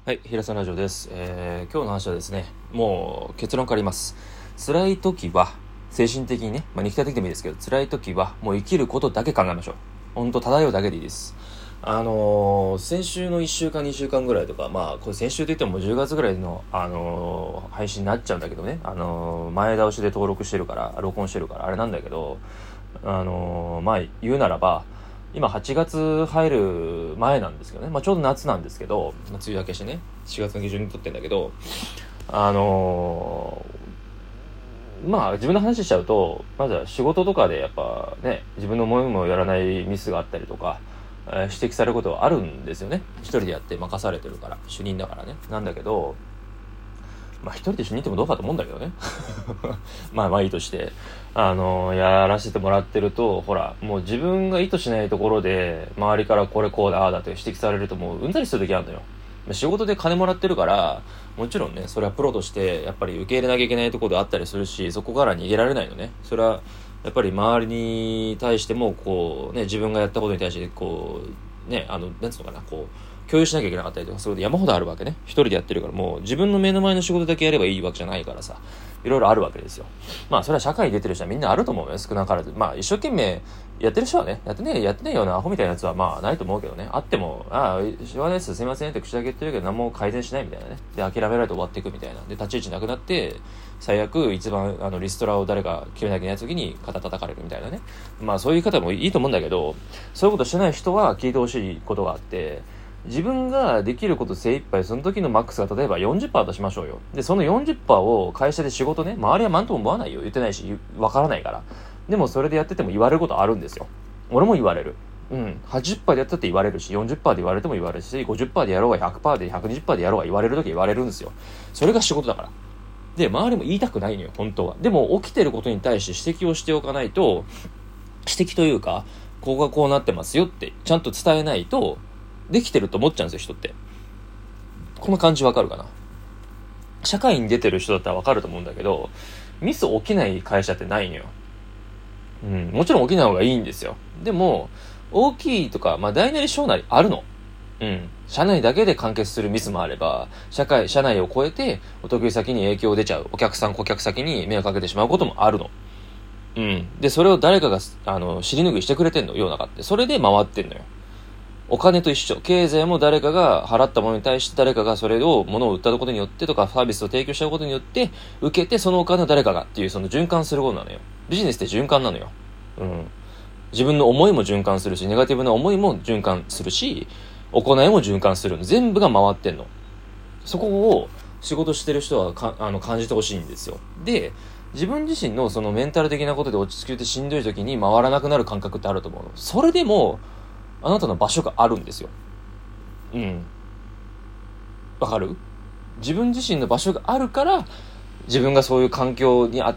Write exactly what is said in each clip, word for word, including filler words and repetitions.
はい、平さんラジオです、えー、今日の話はですね、もう結論から言います。辛い時は、精神的にね、まあ、肉体的でもいいですけど、辛い時はもう生きることだけ考えましょう。ほんと漂うだけでいいです。あのー、先週のいっしゅうかんにしゅうかんぐらいとか、まあこれ先週と言ってももうじゅうがつぐらいの、あのー、配信になっちゃうんだけどね、あのー、前倒しで登録してるから録音してるからあれなんだけど、あのー、まあ言うならば今はちがつ入る前なんですけどね、まあ、ちょうど夏なんですけど、梅雨明けしてねしがつの下旬に撮ってんだけど、あのー、まあ自分の話しちゃうと、まずは仕事とかでやっぱね、自分の思いもやらないミスがあったりとか、えー、指摘されることはあるんですよね。一人でやって任されてるから、主任だからね。なんだけど、まあ一人で主任ってもどうかと思うんだけどねまあまあいいとして、あのやらせてもらってると、ほらもう自分が意図しないところで周りからこれこうだああだと指摘されると、もううんざりする時あるのよ。仕事で金もらってるから、もちろんねそれはプロとしてやっぱり受け入れなきゃいけないところであったりするし、そこから逃げられないのね。それはやっぱり周りに対してもこうね、自分がやったことに対してこうね、あのなんつうのかな、こう共有しなきゃいけなかったりとか、そういう山ほどあるわけね。一人でやってるから、もう自分の目の前の仕事だけやればいいわけじゃないからさ、いろいろあるわけですよ。まあそれは社会に出てる人はみんなあると思うよ、少なからず。まあ一生懸命やってる人はね、やってねえやってねえようなアホみたいなやつはまあないと思うけどね。あっても、ああしょうがないです、すいませんって口だけ言ってるけど何も改善しないみたいなね。で諦められて終わっていくみたいな。で立ち位置なくなって、最悪一番あのリストラを誰か決めなきゃいけない時に肩叩かれるみたいなね。まあそういう方もいいと思うんだけど、そういうことしてない人は聞いてほしいことがあって、自分ができること精一杯、その時のマックスが例えば よんじゅっパーセント としましょうよ。でその よんじゅっパーセント を会社で仕事ね、周りは何とも思わないよ、言ってないしわからないから。でもそれでやってても言われることあるんですよ。俺も言われる。うん、はちじゅっパーセント でやったって言われるし、よんじゅっパーセント で言われても言われるし、ごじゅっパーセント でやろうが ひゃくパーセント で ひゃくにじゅっパーセント でやろうが言われる時言われるんですよ。それが仕事だから。で周りも言いたくないのよ本当は。でも起きてることに対して指摘をしておかないと、指摘というかここがこうなってますよってちゃんと伝えないとできてると思っちゃうんですよ、人って。この感じわかるかな。社会に出てる人だったらわかると思うんだけど、ミス起きない会社ってないのよ。うん、もちろん起きない方がいいんですよ。でも大きいとか、まあ大なり小なりあるの。うん。社内だけで完結するミスもあれば、社会、社内を超えてお得意先に影響出ちゃう、お客さん、顧客先に迷惑かけてしまうこともあるの。うん。で、それを誰かが、あの、尻拭いしてくれてんの、世の中って。それで回ってんのよ。お金と一緒。経済も誰かが払ったものに対して誰かがそれを物を売ったことによってとかサービスを提供したことによって受けて、そのお金を誰かがっていう、その循環することなのよ。ビジネスって循環なのよ。うん。自分の思いも循環するし、ネガティブな思いも循環するし、行いも循環するの。全部が回ってんの。そこを仕事してる人はかあの感じてほしいんですよ。で、自分自身のそのメンタル的なことで落ち着けてしんどい時に回らなくなる感覚ってあると思うの。それでもあなたの場所があるんですよ。うん。わかる？自分自身の場所があるから、自分がそういう環境にあって、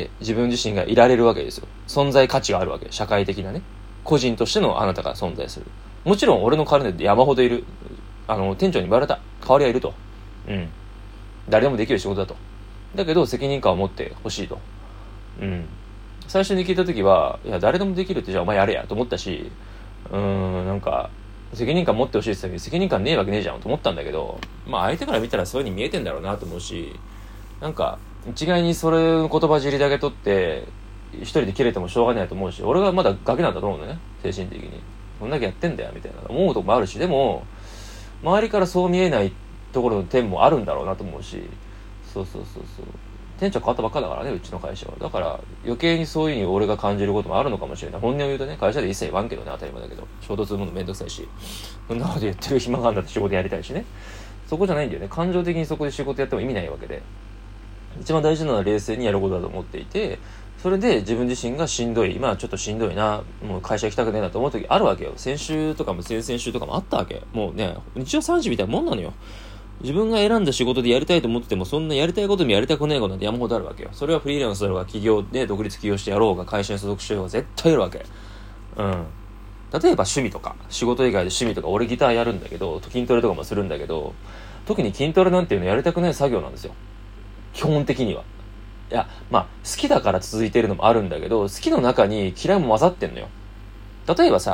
自分自身がいられるわけですよ。存在価値があるわけ。社会的なね。個人としてのあなたが存在する。もちろん俺の代わりで山ほどいる。あの、店長に言われた。代わりはいると。うん。誰でもできる仕事だと。だけど責任感を持ってほしいと。うん。最初に聞いた時は、いや、誰でもできるってじゃあお前やれやと思ったし、うーん、なんか、責任感持ってほしいって言ったけど、責任感ねえわけねえじゃんと思ったんだけど、まあ相手から見たらそういう風に見えてんだろうなと思うし、なんか、一概にそれの言葉尻だけ取って、一人で切れてもしょうがないと思うし、俺がまだガキなんだと思うのね、精神的に。こんだけやってんだよ、みたいな思うとこもあるし、でも、周りからそう見えないところの点もあるんだろうなと思うし、そうそうそうそう。店長変わったばっかだからね、うちの会社は。だから余計にそういう風に俺が感じることもあるのかもしれない。本音を言うとね、会社で一切言わんけどね、当たり前だけど。衝突するものめんどくさいし。そんなこと言ってる暇があるんだって仕事やりたいしね。そこじゃないんだよね。感情的にそこで仕事やっても意味ないわけで。一番大事なのは冷静にやることだと思っていて、それで自分自身がしんどい、今ちょっとしんどいな、もう会社行きたくねえなと思う時あるわけよ。先週とかも先々週とかもあったわけ。もうね、日曜さんじみたいなもんなのよ。自分が選んだ仕事でやりたいと思ってても、そんなやりたいこともやりたくないことなんて山ほどあるわけよ。それはフリーランスだろうが、企業で独立起業してやろうが、会社に所属してやろうが、絶対いるわけ。うん。例えば趣味とか、仕事以外で趣味とか、俺ギターやるんだけど、筋トレとかもするんだけど、特に筋トレなんていうのやりたくない作業なんですよ。基本的には。いや、まあ、好きだから続いてるのもあるんだけど、好きの中に嫌いも混ざってんのよ。例えばさ、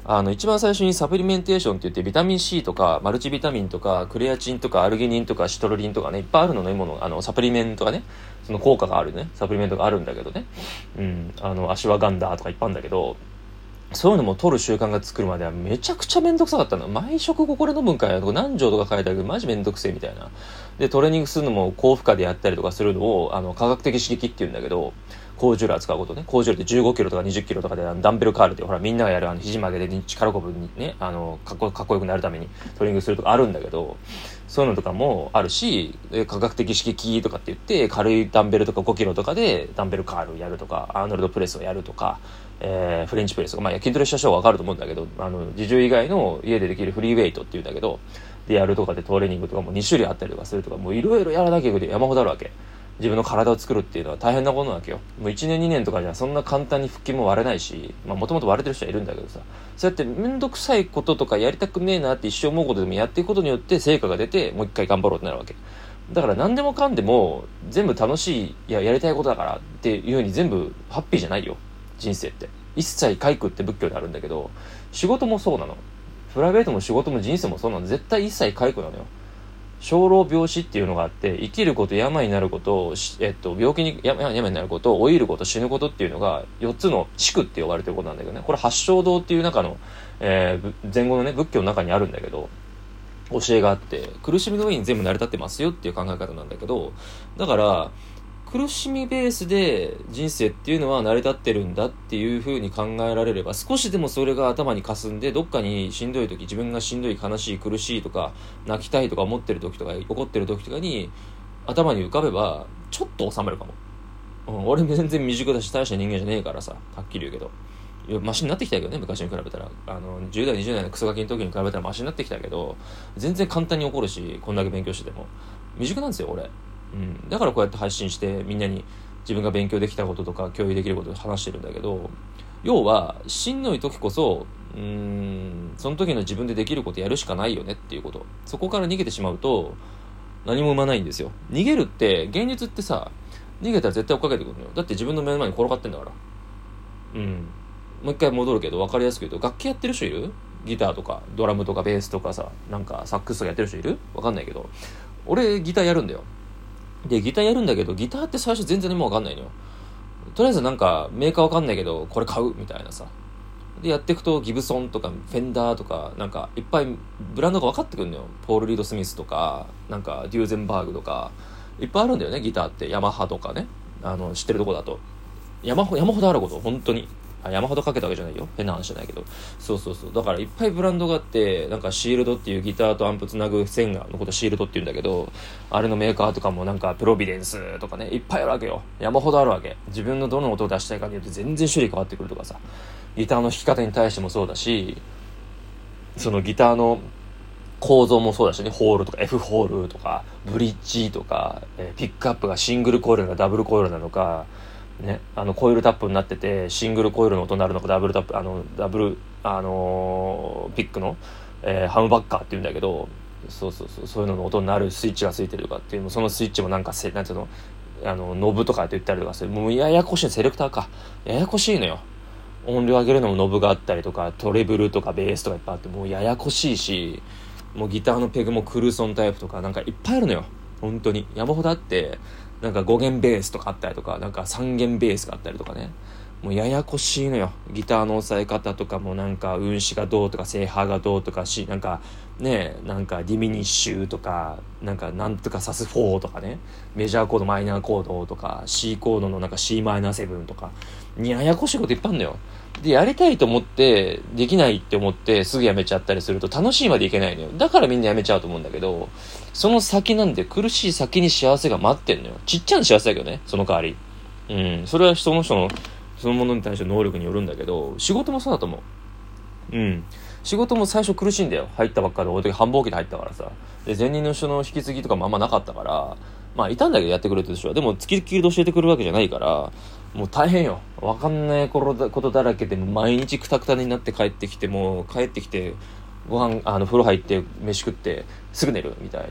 あの、一番最初にサプリメンテーションって言って、ビタミン C とか、マルチビタミンとか、クレアチンとか、アルギニンとか、シトルリンとかね、いっぱいあるの飲み物、あの、サプリメントがね、その効果があるね、サプリメントがあるんだけどね。うん、あの、アシュワガンダーとかいっぱいあるんだけど、そういうのも取る習慣が作るまではめちゃくちゃめんどくさかったの。毎食これ飲むんかいとか何錠とか書いてあるけど、マジめんどくせえみたいな。で、トレーニングするのも高負荷でやったりとかするのを、あの、科学的刺激って言うんだけど、高重量扱うことね。高重量ってじゅうごキロとかにじゅっキロとかでダンベルカールってほらみんながやるあの肘曲げで力こぶにね、あの、かっこ、かっこよくなるためにトレーニングするとかあるんだけど、そういうのとかもあるし、科学的刺激とかって言って、軽いダンベルとかごキロとかでダンベルカールやるとか、アーノルドプレスをやるとか、えー、フレンチプレスとか、まあ筋トレした人はわかると思うんだけど、あの、自重以外の家でできるフリーウェイトっていうんだけど、でやるとかでトレーニングとかもに種類あったりとかするとか、もういろいろやらなきゃいけない山ほどあるわけ。自分の体を作るっていうのは大変なことなわけよ。もういちねんにねんとかじゃそんな簡単に腹筋も割れないし、まあもともと割れてる人はいるんだけどさ、そうやってめんどくさいこととかやりたくねえなって一生思うことでもやっていくことによって成果が出て、もう一回頑張ろうってなるわけ。だから何でもかんでも全部楽しい、いや、やりたいことだからっていう風に全部ハッピーじゃないよ。人生って。一切皆苦って仏教であるんだけど、仕事もそうなの。プライベートも仕事も人生もそうなの。絶対一切皆苦なのよ。生老病死っていうのがあって、生きること、病になること、えっと、病気に、病になること、老いること、死ぬことっていうのが、よっつの死苦って呼ばれてることなんだけどね。これ八正道っていう中の、えー、前後のね、仏教の中にあるんだけど、教えがあって、苦しみの上に全部成り立ってますよっていう考え方なんだけど、だから、苦しみベースで人生っていうのは成り立ってるんだっていう風に考えられれば、少しでもそれが頭に霞んで、どっかにしんどい時、自分がしんどい、悲しい、苦しいとか、泣きたいとか思ってる時とか、怒ってる時とかに頭に浮かべばちょっと収まるかも。うん、俺全然未熟だし大した人間じゃねえからさ、はっきり言うけど、いやマシになってきたけどね、昔に比べたら。あのじゅう代にじゅう代のクソガキの時に比べたらマシになってきたけど、全然簡単に怒るし、こんだけ勉強してても未熟なんですよ俺。うん、だからこうやって配信してみんなに自分が勉強できたこととか共有できることを話してるんだけど、要はしんどい時こそ、うーん、その時の自分でできることやるしかないよねっていうこと。そこから逃げてしまうと何も生まないんですよ。逃げるって、現実ってさ、逃げたら絶対追っかけてくるのよ。だって自分の目の前に転がってんだから。うん。もう一回戻るけど分かりやすく言うと、楽器やってる人いる？ギターとかドラムとかベースとかさ、なんかサックスとかやってる人いる？分かんないけど、俺ギターやるんだよ。で、ギターやるんだけど、ギターって最初全然もうわかんないのよ。とりあえずなんか、メーカーわかんないけど、これ買うみたいなさ。で、やっていくと、ギブソンとか、フェンダーとか、なんか、いっぱいブランドが分かってくるのよ。ポール・リード・スミスとか、なんか、デューゼンバーグとか、いっぱいあるんだよね、ギターって。ヤマハとかね。あの、知ってるとこだと。山ほ、山ほどあること、本当に。あ、山ほどかけたわけじゃないよ。変な話じゃないけど。そうそうそう。だからいっぱいブランドがあって、なんかシールドっていうギターとアンプつなぐ線がのことシールドって言うんだけど、あれのメーカーとかもなんかプロビデンスとかね、いっぱいあるわけよ。山ほどあるわけ。自分のどの音を出したいかによって全然種類変わってくるとかさ。ギターの弾き方に対してもそうだし、そのギターの構造もそうだしね、ホールとか F ホールとか、ブリッジとか、えー、ピックアップがシングルコイルなのかダブルコイルなのか、ね、あのコイルタップになっててシングルコイルの音になるのかダブルタップあのダブルあのー、ピックの、えー、ハムバッカーって言うんだけど、そうそうそう、そういうのの音になるスイッチがついてるとかっていうの、そのスイッチもなんかせなんていうの、あのノブとかって言ったりとかする、もうややこしい、セレクターか、ややこしいのよ。音量上げるのもノブがあったりとか、トレブルとかベースとかいっぱいあって、もうややこしいし、もうギターのペグもクルーソンタイプとかなんかいっぱいあるのよ。本当に山ほどあって、なんかご弦ベースとかあったりとか、なんかさん弦ベースがあったりとかね、もうややこしいのよ。ギターの押さえ方とかもなんか運指がどうとか正波がどうとかし、なんかね、なんかディミニッシュとか、なんかなんとかサスフォーとかね、メジャーコードマイナーコードとか C コードのなんか C マイナーセブンとか、ややこしいこといっぱいあるのよ。で、やりたいと思ってできないって思ってすぐやめちゃったりすると楽しいまでいけないのよ。だからみんなやめちゃうと思うんだけど、その先なんで、苦しい先に幸せが待ってんのよ。ちっちゃな幸せだけどね、その代わり。うん、それはその人のそのものに対しての能力によるんだけど、仕事もそうだと思う。うん、仕事も最初苦しいんだよ。入ったばっかで、俺繁忙期で入ったからさ。で、前任の人の引き継ぎとかもあんまなかったから、まあいたんだけどやってくれてる人は。でも月々で教えてくれるわけじゃないから、もう大変よ。わかんないことだらけで、毎日クタクタになって帰ってきて、もう帰ってきてご飯、あの風呂入って飯食ってすぐ寝るみたいな。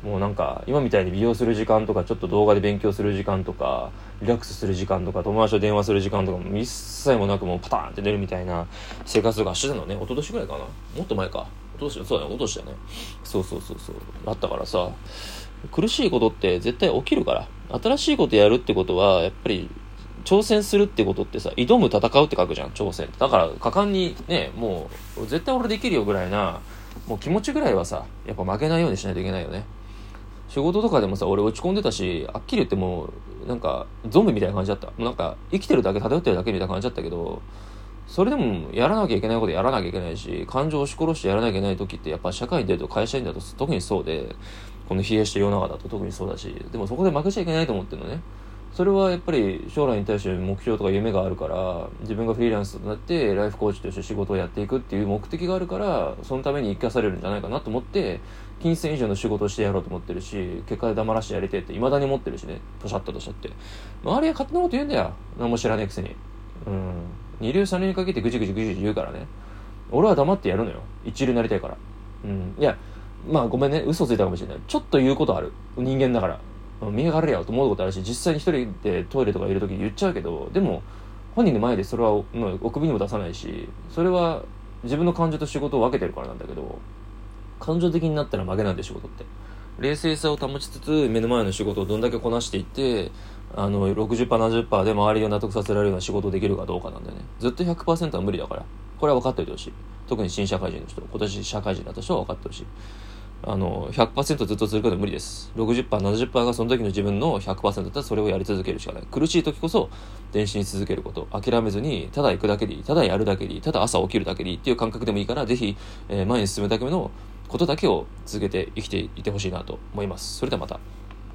もうなんか今みたいに美容する時間とか、ちょっと動画で勉強する時間とか、リラックスする時間とか、友達と電話する時間とかも一切もなく、もうパターンって寝るみたいな生活がしてたのね。一昨年ぐらいかな、もっと前か、一昨年、そうだね、一昨年だね。そうそうそうそうあったからさ、苦しいことって絶対起きるから、新しいことやるってことはやっぱり挑戦するってことってさ、挑む、戦うって書くじゃん、挑戦。だから果敢にね、もう絶対俺できるよぐらいな、もう気持ちぐらいはさ、やっぱ負けないようにしないといけないよね。仕事とかでもさ、俺落ち込んでたし、はっきり言ってもうなんかゾンビみたいな感じだった。もうなんか生きてるだけ、漂ってるだけみたいな感じだったけど、それでもやらなきゃいけないことやらなきゃいけないし、感情を押し殺してやらなきゃいけない時って、やっぱ社会に出ると、会社員だと特にそうで、この冷えした世の中だと特にそうだし、でもそこで負けちゃいけないと思ってるのね。それはやっぱり将来に対して目標とか夢があるから、自分がフリーランスとなってライフコーチとして仕事をやっていくっていう目的があるから、そのために生かされるんじゃないかなと思って、金銭以上の仕事をしてやろうと思ってるし、結果で黙らしてやりてえって未だに思ってるしね、ポシャッととしちゃって。周りは勝手なこと言うんだよ、何も知らねえくせに。うん、二流三流にかけてぐちぐちぐちぐち言うからね。俺は黙ってやるのよ、一流になりたいから。うん、いやまあごめんね、嘘ついたかもしれない。ちょっと言うことある、人間だから。見やがれよと思うことあるし、実際に一人でトイレとかいるときに言っちゃうけど、でも本人の前でそれはもうお首にも出さないし、それは自分の感情と仕事を分けてるからなんだけど、感情的になったら負けなんで、仕事って冷静さを保ちつつ目の前の仕事をどんだけこなしていって、あの ろくじゅっパーセントななじゅっパーセント で周りを納得させられるような仕事をできるかどうかなんだよね。ずっと ひゃくパーセント は無理だから、これは分かっておいてほしい。特に新社会人の人、今年社会人だった人は分かってほしい。あの ひゃくパーセント ずっと続くのは無理です。 ろくじゅっパーセント ななじゅっパーセント がその時の自分の ひゃくパーセント だったらそれをやり続けるしかない。苦しい時こそ電子に続けること、諦めずにただ行くだけでいい、ただやるだけでいい、ただ朝起きるだけでいいっていう感覚でもいいから、ぜひ、えー、前に進むだけのことだけを続けて生きていてほしいなと思います。それではまた。